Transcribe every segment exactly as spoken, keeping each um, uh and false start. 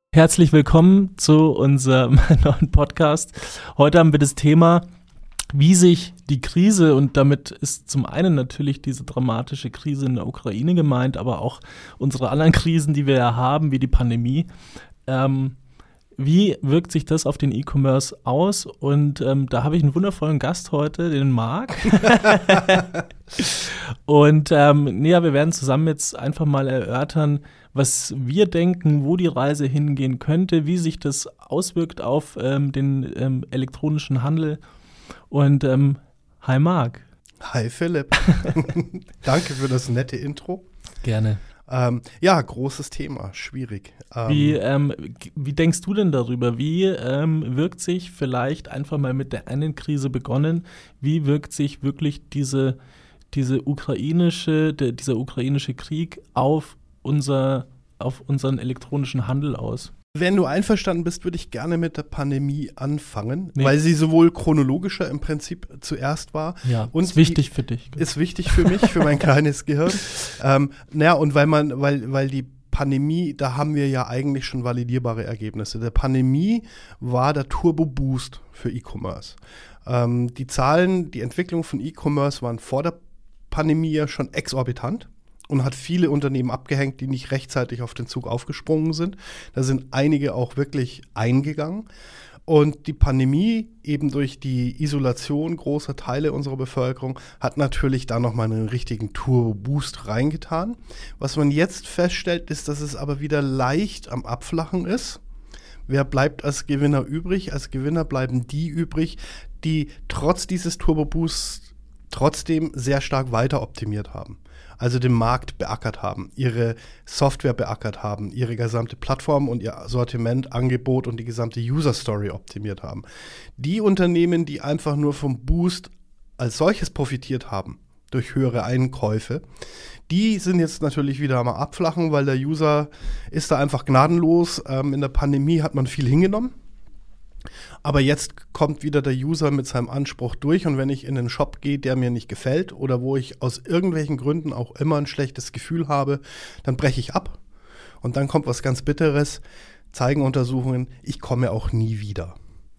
Herzlich willkommen zu unserem neuen Podcast. Heute haben wir das Thema, wie sich die Krise, und damit ist zum einen natürlich diese dramatische Krise in der Ukraine gemeint, aber auch unsere anderen Krisen, die wir ja haben, wie die Pandemie, ähm, wie wirkt sich das auf den E-Commerce aus? Und ähm, da habe ich einen wundervollen Gast heute, den Marc. Und ähm, ja, wir werden zusammen jetzt einfach mal erörtern, was wir denken, wo die Reise hingehen könnte, wie sich das auswirkt auf ähm, den ähm, elektronischen Handel. Und ähm, hi Marc. Hi Philipp. Danke für das nette Intro. Gerne. Ähm, ja, großes Thema, schwierig. Ähm, wie, ähm, wie denkst du denn darüber? Wie ähm, wirkt sich vielleicht einfach mal mit der einen Krise begonnen, wie wirkt sich wirklich diese, diese ukrainische, der, dieser ukrainische Krieg auf unser, auf unseren elektronischen Handel aus? Wenn du einverstanden bist, würde ich gerne mit der Pandemie anfangen, nee. weil sie sowohl chronologischer im Prinzip zuerst war. Ja, und ist wichtig für dich. Ist wichtig für mich, für mein kleines Gehirn. Ähm, naja, und weil man, weil, weil die Pandemie, da haben wir ja eigentlich schon validierbare Ergebnisse. Der Pandemie war der Turbo-Boost für E-Commerce. Ähm, die Zahlen, die Entwicklung von E-Commerce waren vor der Pandemie ja schon exorbitant und hat viele Unternehmen abgehängt, die nicht rechtzeitig auf den Zug aufgesprungen sind. Da sind einige auch wirklich eingegangen. Und die Pandemie, eben durch die Isolation großer Teile unserer Bevölkerung, hat natürlich da nochmal einen richtigen Turbo-Boost reingetan. Was man jetzt feststellt, ist, dass es aber wieder leicht am Abflachen ist. Wer bleibt als Gewinner übrig? Als Gewinner bleiben die übrig, die trotz dieses Turbo-Boosts trotzdem sehr stark weiter optimiert haben. Also den Markt beackert haben, ihre Software beackert haben, ihre gesamte Plattform und ihr Sortiment, Angebot und die gesamte User-Story optimiert haben. Die Unternehmen, die einfach nur vom Boost als solches profitiert haben, durch höhere Einkäufe, die sind jetzt natürlich wieder am Abflachen, weil der User ist da einfach gnadenlos. Ähm, in der Pandemie hat man viel hingenommen. Aber jetzt kommt wieder der User mit seinem Anspruch durch, und wenn ich in einen Shop gehe, der mir nicht gefällt oder wo ich aus irgendwelchen Gründen auch immer ein schlechtes Gefühl habe, dann breche ich ab. Und dann kommt was ganz Bitteres, zeigen Untersuchungen, ich komme auch nie wieder.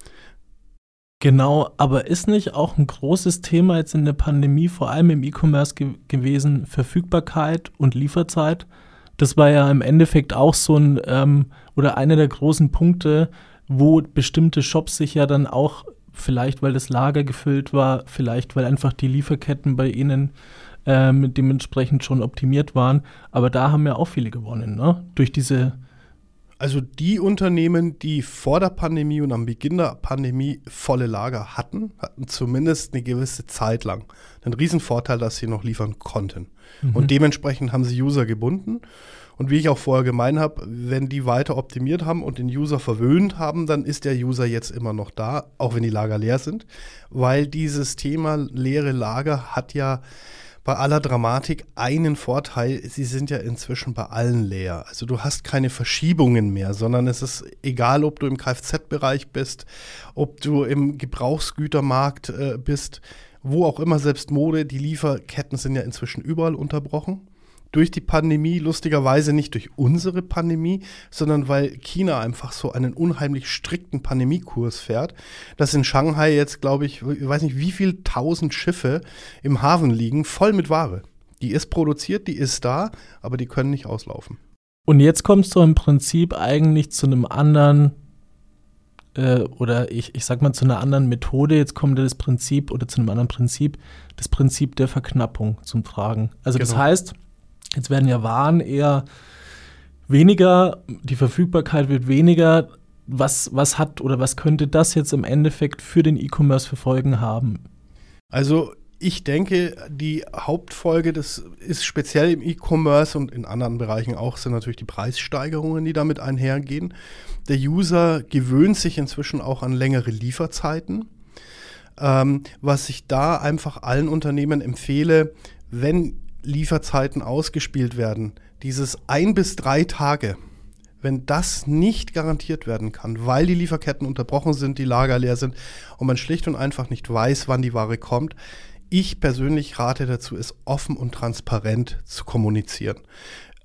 Genau, aber ist nicht auch ein großes Thema jetzt in der Pandemie, vor allem im E-Commerce ge- gewesen, Verfügbarkeit und Lieferzeit? Das war ja im Endeffekt auch so ein, ähm, oder einer der großen Punkte, wo bestimmte Shops sich ja dann auch, vielleicht weil das Lager gefüllt war, vielleicht weil einfach die Lieferketten bei ihnen ähm, dementsprechend schon optimiert waren, aber da haben ja auch viele gewonnen, ne? Durch diese... Also die Unternehmen, die vor der Pandemie und am Beginn der Pandemie volle Lager hatten, hatten zumindest eine gewisse Zeit lang einen riesen Vorteil, dass sie noch liefern konnten. Mhm. Und dementsprechend haben sie User gebunden. Und wie ich auch vorher gemeint habe, wenn die weiter optimiert haben und den User verwöhnt haben, dann ist der User jetzt immer noch da, auch wenn die Lager leer sind. Weil dieses Thema leere Lager hat ja bei aller Dramatik einen Vorteil: Sie sind ja inzwischen bei allen leer. Also du hast keine Verschiebungen mehr, sondern es ist egal, ob du im Kfz-Bereich bist, ob du im Gebrauchsgütermarkt äh, bist, wo auch immer, selbst Mode, die Lieferketten sind ja inzwischen überall unterbrochen. Durch die Pandemie, lustigerweise nicht durch unsere Pandemie, sondern weil China einfach so einen unheimlich strikten Pandemiekurs fährt, dass in Shanghai jetzt, glaube ich, ich weiß nicht, wie viel tausend Schiffe im Hafen liegen, voll mit Ware. Die ist produziert, die ist da, aber die können nicht auslaufen. Und jetzt kommst du im Prinzip eigentlich zu einem anderen, äh, oder ich, ich sag mal zu einer anderen Methode, jetzt kommt das Prinzip, oder zu einem anderen Prinzip, das Prinzip der Verknappung zum Tragen. Also genau. Das heißt, jetzt werden ja Waren eher weniger, die Verfügbarkeit wird weniger. Was, was hat oder was könnte das jetzt im Endeffekt für den E-Commerce für Folgen haben? Also ich denke, die Hauptfolge, das ist speziell im E-Commerce und in anderen Bereichen auch, sind natürlich die Preissteigerungen, die damit einhergehen. Der User gewöhnt sich inzwischen auch an längere Lieferzeiten. Ähm, was ich da einfach allen Unternehmen empfehle, wenn Lieferzeiten ausgespielt werden, dieses ein bis drei Tage, wenn das nicht garantiert werden kann, weil die Lieferketten unterbrochen sind, die Lager leer sind und man schlicht und einfach nicht weiß, wann die Ware kommt, ich persönlich rate dazu, es offen und transparent zu kommunizieren.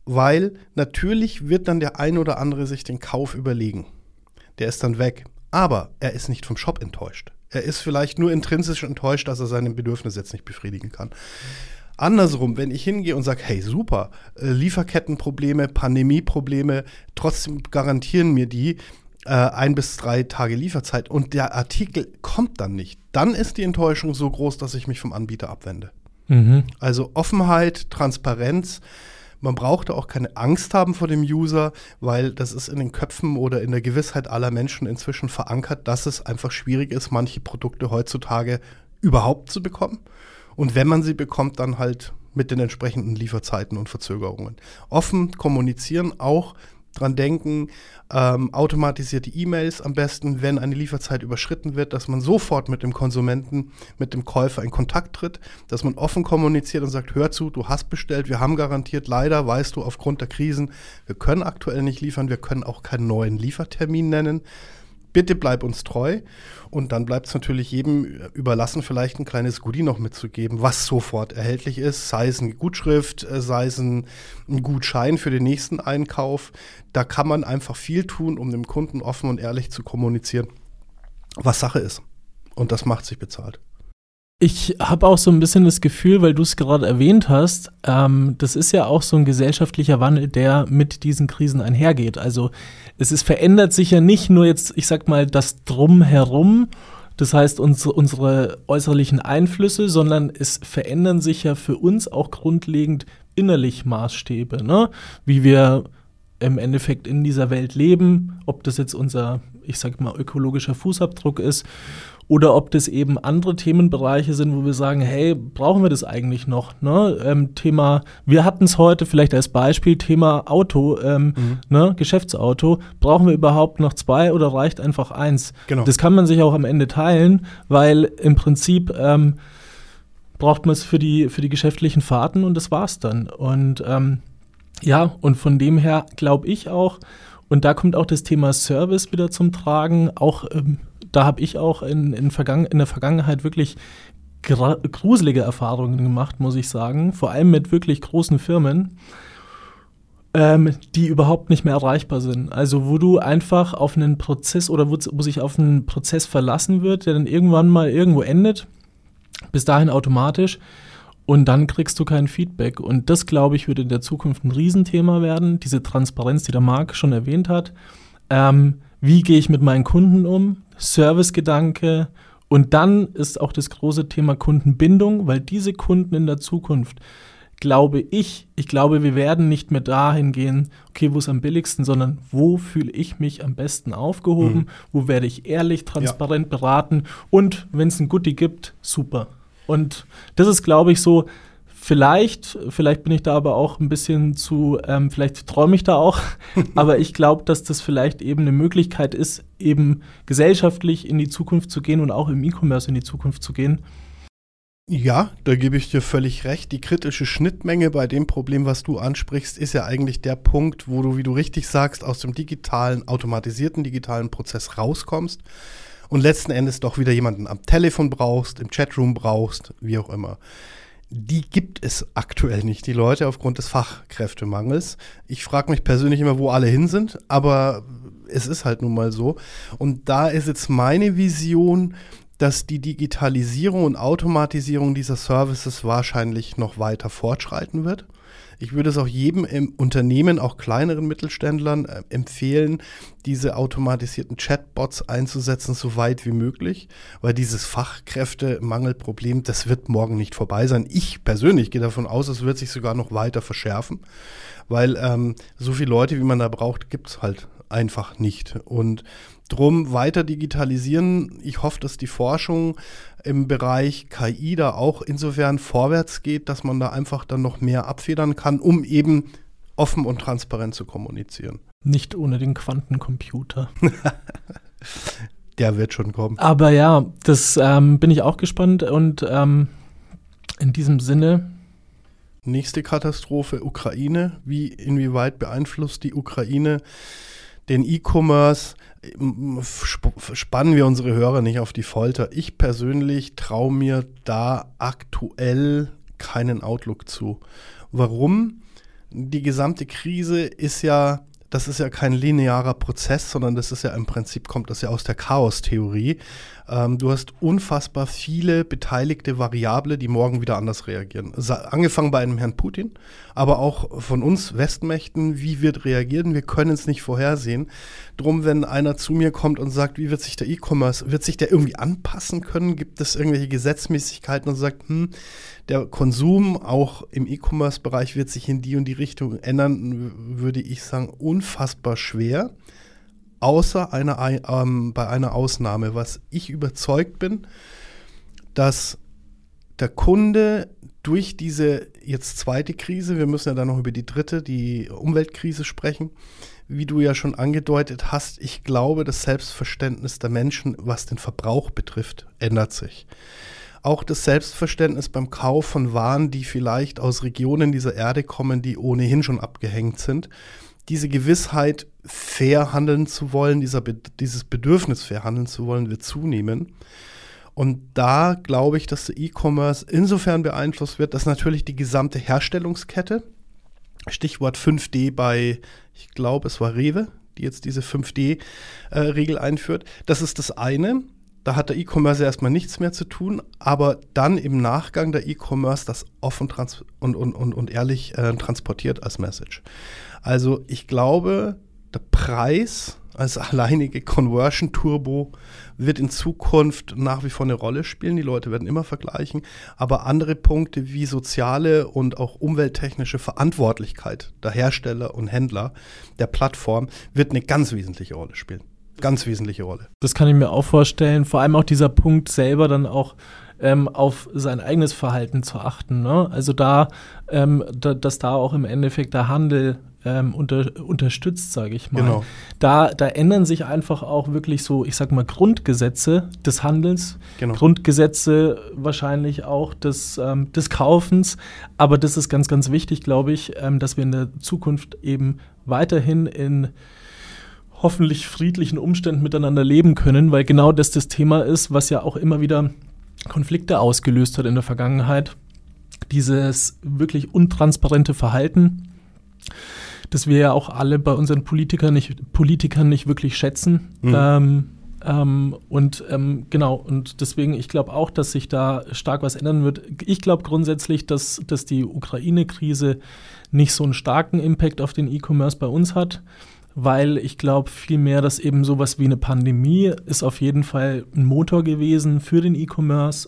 weil natürlich wird dann der ein oder andere sich den Kauf überlegen. Der ist dann weg. Aber er ist nicht vom Shop enttäuscht. Er ist vielleicht nur intrinsisch enttäuscht, dass er seine Bedürfnisse jetzt nicht befriedigen kann. Andersrum, wenn ich hingehe und sage, hey, super, äh, Lieferkettenprobleme, Pandemieprobleme, trotzdem garantieren mir die äh, ein bis drei Tage Lieferzeit und der Artikel kommt dann nicht, dann ist die Enttäuschung so groß, dass ich mich vom Anbieter abwende. Mhm. Also Offenheit, Transparenz. Man braucht auch keine Angst haben vor dem User, weil das ist in den Köpfen oder in der Gewissheit aller Menschen inzwischen verankert, dass es einfach schwierig ist, manche Produkte heutzutage überhaupt zu bekommen. Und wenn man sie bekommt, dann halt mit den entsprechenden Lieferzeiten und Verzögerungen. Offen kommunizieren, auch dran denken, ähm, automatisierte E-Mails am besten, wenn eine Lieferzeit überschritten wird, dass man sofort mit dem Konsumenten, mit dem Käufer in Kontakt tritt, dass man offen kommuniziert und sagt, hör zu, du hast bestellt, wir haben garantiert, leider, weißt du, aufgrund der Krisen, wir können aktuell nicht liefern, wir können auch keinen neuen Liefertermin nennen. Bitte bleib uns treu. Und dann bleibt es natürlich jedem überlassen, vielleicht ein kleines Goodie noch mitzugeben, was sofort erhältlich ist, sei es eine Gutschrift, sei es ein, ein Gutschein für den nächsten Einkauf. Da kann man einfach viel tun, um dem Kunden offen und ehrlich zu kommunizieren, was Sache ist. Und das macht sich bezahlt. Ich habe auch so ein bisschen das Gefühl, weil du es gerade erwähnt hast, ähm, das ist ja auch so ein gesellschaftlicher Wandel, der mit diesen Krisen einhergeht. Also es ist, verändert sich ja nicht nur jetzt, ich sag mal, das Drumherum, das heißt unsere, unsere äußerlichen Einflüsse, sondern es verändern sich ja für uns auch grundlegend innerlich Maßstäbe, ne? Wie wir im Endeffekt in dieser Welt leben, ob das jetzt unser, ich sag mal, ökologischer Fußabdruck ist oder ob das eben andere Themenbereiche sind, wo wir sagen, hey, brauchen wir das eigentlich noch? Ne? Ähm, Thema, wir hatten es heute vielleicht als Beispiel, Thema Auto, ähm, mhm. ne? Geschäftsauto. Brauchen wir überhaupt noch zwei oder reicht einfach eins? Genau. Das kann man sich auch am Ende teilen, weil im Prinzip ähm, braucht man es für die, für die geschäftlichen Fahrten und das war's dann. Und ähm, ja, und von dem her glaube ich auch, und da kommt auch das Thema Service wieder zum Tragen, auch ähm, da habe ich auch in, in, Vergangen- in der Vergangenheit wirklich gra- gruselige Erfahrungen gemacht, muss ich sagen. Vor allem mit wirklich großen Firmen, ähm, die überhaupt nicht mehr erreichbar sind. Also wo du einfach auf einen Prozess oder wo, wo sich auf einen Prozess verlassen wird, der dann irgendwann mal irgendwo endet, bis dahin automatisch. Und dann kriegst du kein Feedback. Und das, glaube ich, wird in der Zukunft ein Riesenthema werden. Diese Transparenz, die der Marc schon erwähnt hat. Ähm, wie gehe ich mit meinen Kunden um? Servicegedanke. Und dann ist auch das große Thema Kundenbindung, weil diese Kunden in der Zukunft, glaube ich, ich glaube, wir werden nicht mehr dahin gehen, okay, wo ist am billigsten, sondern wo fühle ich mich am besten aufgehoben? Mhm. Wo werde ich ehrlich, transparent ja. beraten? Und wenn es ein Goodie gibt, super. Und das ist, glaube ich, so, vielleicht, vielleicht bin ich da aber auch ein bisschen zu, ähm, vielleicht träume ich da auch, aber ich glaube, dass das vielleicht eben eine Möglichkeit ist, eben gesellschaftlich in die Zukunft zu gehen und auch im E-Commerce in die Zukunft zu gehen. Ja, da gebe ich dir völlig recht. Die kritische Schnittmenge bei dem Problem, was du ansprichst, ist ja eigentlich der Punkt, wo du, wie du richtig sagst, aus dem digitalen, automatisierten digitalen Prozess rauskommst. Und letzten Endes doch wieder jemanden am Telefon brauchst, im Chatroom brauchst, wie auch immer. Die gibt es aktuell nicht, die Leute, aufgrund des Fachkräftemangels. Ich frage mich persönlich immer, wo alle hin sind, aber es ist halt nun mal so. Und da ist jetzt meine Vision, dass die Digitalisierung und Automatisierung dieser Services wahrscheinlich noch weiter fortschreiten wird. Ich würde es auch jedem im Unternehmen, auch kleineren Mittelständlern, äh, empfehlen, diese automatisierten Chatbots einzusetzen, so weit wie möglich, weil dieses Fachkräftemangelproblem, das wird morgen nicht vorbei sein. Ich persönlich gehe davon aus, es wird sich sogar noch weiter verschärfen, weil ähm, so viele Leute, wie man da braucht, gibt es halt einfach nicht. Und drum weiter digitalisieren. Ich hoffe, dass die Forschung im Bereich K I da auch insofern vorwärts geht, dass man da einfach dann noch mehr abfedern kann, um eben offen und transparent zu kommunizieren. Nicht ohne den Quantencomputer. Der wird schon kommen. Aber ja, das ähm, bin ich auch gespannt und ähm, in diesem Sinne. Nächste Katastrophe, Ukraine. Wie, inwieweit beeinflusst die Ukraine den E-Commerce? Spannen wir unsere Hörer nicht auf die Folter. Ich persönlich traue mir da aktuell keinen Outlook zu. Warum? die gesamte Krise ist ja, das ist ja kein linearer Prozess, sondern das ist ja im Prinzip, kommt das ja aus der Chaostheorie. Ähm, du hast unfassbar viele beteiligte Variable, die morgen wieder anders reagieren. Sa- angefangen bei einem Herrn Putin, aber auch von uns Westmächten, wie wird reagieren? Wir können es nicht vorhersehen. Drum, wenn einer zu mir kommt und sagt, wie wird sich der E-Commerce, wird sich der irgendwie anpassen können? Gibt es irgendwelche Gesetzmäßigkeiten und sagt, hm, der Konsum auch im E-Commerce-Bereich wird sich in die und die Richtung ändern, würde ich sagen, unfassbar schwer. Außer einer, ähm, bei einer Ausnahme, was ich überzeugt bin, dass der Kunde durch diese jetzt zweite Krise, wir müssen ja dann noch über die dritte, die Umweltkrise sprechen, wie du ja schon angedeutet hast, ich glaube, das Selbstverständnis der Menschen, was den Verbrauch betrifft, ändert sich. Auch das Selbstverständnis beim Kauf von Waren, die vielleicht aus Regionen dieser Erde kommen, die ohnehin schon abgehängt sind. Diese Gewissheit, fair handeln zu wollen, dieser Be- dieses Bedürfnis, fair handeln zu wollen, wird zunehmen. Und da glaube ich, dass der E-Commerce insofern beeinflusst wird, dass natürlich die gesamte Herstellungskette, Stichwort fünf D bei, ich glaube, es war Rewe, die jetzt diese fünf D-Regel äh, einführt, das ist das eine. Da hat der E-Commerce erstmal nichts mehr zu tun, aber dann im Nachgang der E-Commerce das offen trans- und, und, und, und ehrlich äh, transportiert als Message. Also ich glaube, der Preis als alleinige Conversion-Turbo wird in Zukunft nach wie vor eine Rolle spielen. Die Leute werden immer vergleichen, aber andere Punkte wie soziale und auch umwelttechnische Verantwortlichkeit der Hersteller und Händler der Plattform wird eine ganz wesentliche Rolle spielen. Ganz wesentliche Rolle. Das kann ich mir auch vorstellen. Vor allem auch dieser Punkt selber dann auch ähm, auf sein eigenes Verhalten zu achten. Ne? Also da, ähm, da, dass da auch im Endeffekt der Handel ähm, unter, unterstützt, sage ich mal. Genau. Da, da ändern sich einfach auch wirklich so, ich sag mal, Grundgesetze des Handels, Genau. Grundgesetze wahrscheinlich auch des, ähm, des Kaufens. Aber das ist ganz, ganz wichtig, glaube ich, ähm, dass wir in der Zukunft eben weiterhin in hoffentlich friedlichen Umständen miteinander leben können, weil genau das das Thema ist, was ja auch immer wieder Konflikte ausgelöst hat in der Vergangenheit. Dieses wirklich untransparente Verhalten, das wir ja auch alle bei unseren Politikern nicht, Politikern nicht wirklich schätzen. Mhm. Ähm, ähm, und ähm, genau, und deswegen, ich glaube auch, dass sich da stark was ändern wird. Ich glaube grundsätzlich, dass, dass die Ukraine-Krise nicht so einen starken Impact auf den E-Commerce bei uns hat, weil ich glaube vielmehr, dass eben sowas wie eine Pandemie ist auf jeden Fall ein Motor gewesen für den E-Commerce.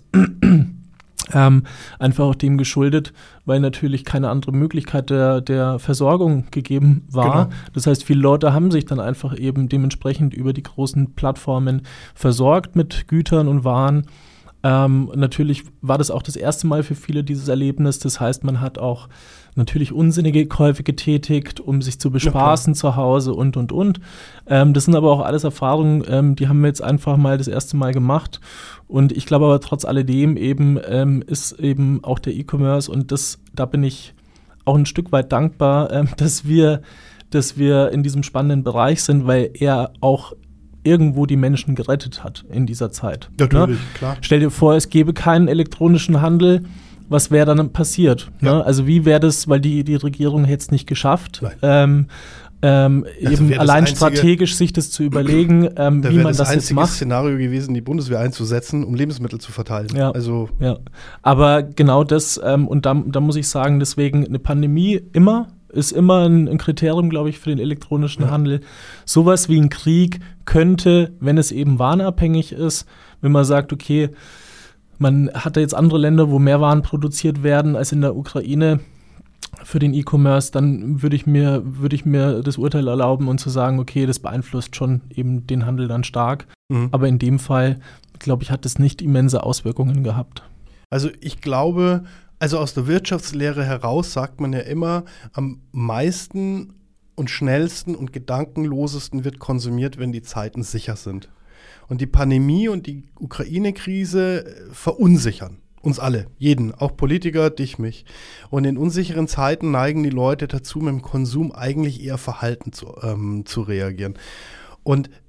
ähm, einfach auch dem geschuldet, weil natürlich keine andere Möglichkeit der, der Versorgung gegeben war. Genau. Das heißt, viele Leute haben sich dann einfach eben dementsprechend über die großen Plattformen versorgt mit Gütern und Waren. Ähm, natürlich war das auch das erste Mal für viele dieses Erlebnis. Das heißt, man hat auch natürlich unsinnige Käufe getätigt, um sich zu bespaßen okay. zu Hause und, und, und. Ähm, das sind aber auch alles Erfahrungen, ähm, die haben wir jetzt einfach mal das erste Mal gemacht. Und ich glaube aber trotz alledem eben ähm, ist eben auch der E-Commerce und das, da bin ich auch ein Stück weit dankbar, ähm, dass wir, dass wir in diesem spannenden Bereich sind, weil er auch irgendwo die Menschen gerettet hat in dieser Zeit. Natürlich, ne? Klar. Stell dir vor, es gäbe keinen elektronischen Handel. Was wäre dann passiert? Ja. Ne? Also wie wäre das, weil die, die Regierung hätte es nicht geschafft, ähm, ähm, also eben allein einzige, strategisch sich das zu überlegen, ähm, da wie man das, das jetzt macht. Das Szenario gewesen, die Bundeswehr einzusetzen, um Lebensmittel zu verteilen. Ja, also ja. Aber genau das, ähm, und da, da muss ich sagen, deswegen eine Pandemie immer, ist immer ein, ein Kriterium, glaube ich, für den elektronischen ja. Handel. Sowas wie ein Krieg könnte, wenn es eben warenabhängig ist, wenn man sagt, okay, man hat da jetzt andere Länder, wo mehr Waren produziert werden als in der Ukraine für den E-Commerce, dann würde ich mir, würde ich mir das Urteil erlauben und zu sagen, okay, das beeinflusst schon eben den Handel dann stark. Mhm. Aber in dem Fall, glaube ich, hat das nicht immense Auswirkungen gehabt. Also ich glaube, also aus der Wirtschaftslehre heraus sagt man ja immer, am meisten und schnellsten und gedankenlosesten wird konsumiert, wenn die Zeiten sicher sind. Und die Pandemie und die Ukraine-Krise verunsichern uns alle, jeden, auch Politiker, dich, mich. Und in unsicheren Zeiten neigen die Leute dazu, mit dem Konsum eigentlich eher verhalten zu, ähm, zu reagieren. Und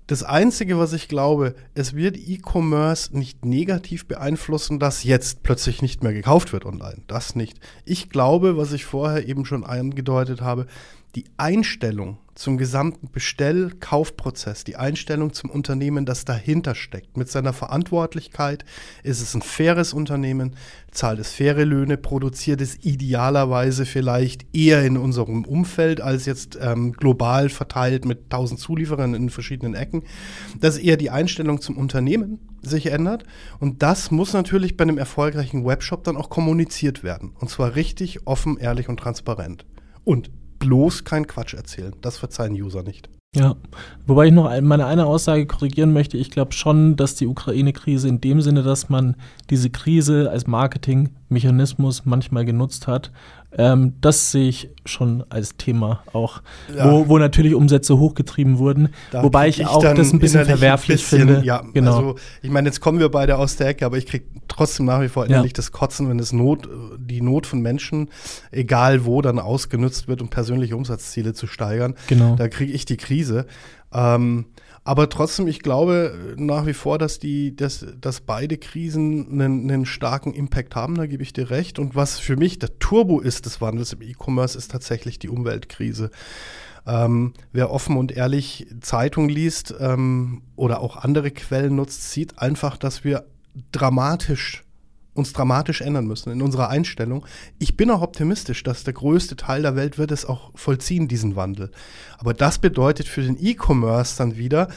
Das Einzige, was ich glaube, es wird E-Commerce nicht negativ beeinflussen, dass jetzt plötzlich nicht mehr gekauft wird online. Das nicht. Ich glaube, was ich vorher eben schon angedeutet habe, die Einstellung zum gesamten Bestell-Kaufprozess, die Einstellung zum Unternehmen, das dahinter steckt, mit seiner Verantwortlichkeit, ist es ein faires Unternehmen, zahlt es faire Löhne, produziert es idealerweise vielleicht eher in unserem Umfeld als jetzt ähm, global verteilt mit tausend Zulieferern in verschiedenen Ecken, dass eher die Einstellung zum Unternehmen sich ändert und das muss natürlich bei einem erfolgreichen Webshop dann auch kommuniziert werden und zwar richtig, offen, ehrlich und transparent. Und bloß kein Quatsch erzählen. Das verzeihen User nicht. Ja, wobei ich noch meine eine Aussage korrigieren möchte. Ich glaube schon, dass die Ukraine-Krise in dem Sinne, dass man diese Krise als Marketingmechanismus manchmal genutzt hat, ähm, das sehe ich schon als Thema auch, ja. wo, wo natürlich Umsätze hochgetrieben wurden. Da wobei ich, ich auch das ein bisschen verwerflich ein bisschen, finde. Ja, genau. Also ich meine, jetzt kommen wir beide aus der Ecke, aber ich kriege trotzdem nach wie vor innerlich ja. das Kotzen, wenn es Not, die Not von Menschen, egal wo, dann ausgenutzt wird, um persönliche Umsatzziele zu steigern. Genau. Da kriege ich die Krise. Ähm, aber trotzdem, ich glaube nach wie vor, dass die, dass, dass beide Krisen einen, einen starken Impact haben, da gebe ich dir recht. Und was für mich der Turbo ist des Wandels im E-Commerce, ist tatsächlich die Umweltkrise. Ähm, wer offen und ehrlich Zeitung liest ähm, oder auch andere Quellen nutzt, sieht einfach, dass wir dramatisch uns dramatisch ändern müssen in unserer Einstellung. Ich bin auch optimistisch, dass der größte Teil der Welt wird es auch vollziehen, diesen Wandel. Aber das bedeutet für den E-Commerce dann wieder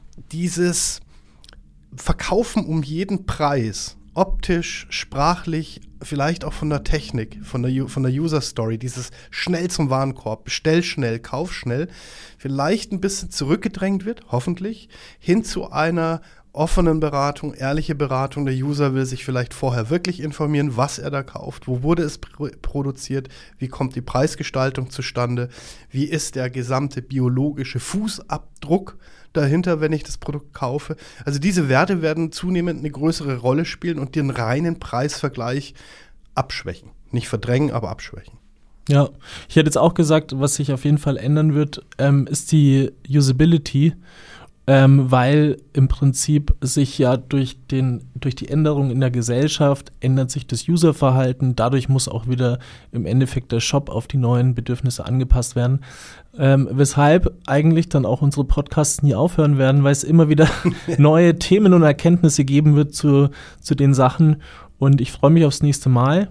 dieses Verkaufen um jeden Preis, optisch, sprachlich, vielleicht auch von der Technik, von der, von der User-Story, dieses schnell zum Warenkorb, bestell schnell, kauf schnell, vielleicht ein bisschen zurückgedrängt wird, hoffentlich, hin zu einer offenen Beratung, ehrliche Beratung. Der User will sich vielleicht vorher wirklich informieren, was er da kauft, wo wurde es pr- produziert, wie kommt die Preisgestaltung zustande, wie ist der gesamte biologische Fußabdruck dahinter, wenn ich das Produkt kaufe. Also diese Werte werden zunehmend eine größere Rolle spielen und den reinen Preisvergleich abschwächen. Nicht verdrängen, aber abschwächen. Ja, ich hätte jetzt auch gesagt, was sich auf jeden Fall ändern wird, ähm, ist die Usability. Ähm, weil im Prinzip sich ja durch, den, durch die Änderung in der Gesellschaft ändert sich das Userverhalten. Dadurch muss auch wieder im Endeffekt der Shop auf die neuen Bedürfnisse angepasst werden. Ähm, weshalb eigentlich dann auch unsere Podcasts nie aufhören werden, weil es immer wieder neue Themen und Erkenntnisse geben wird zu, zu den Sachen. Und ich freue mich aufs nächste Mal.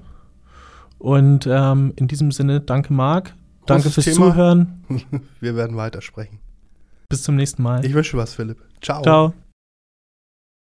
Und ähm, in diesem Sinne, danke Marc. Danke fürs Thema. Zuhören. Wir werden weitersprechen. Bis zum nächsten Mal. Ich wünsche was, Philipp. Ciao. Ciao.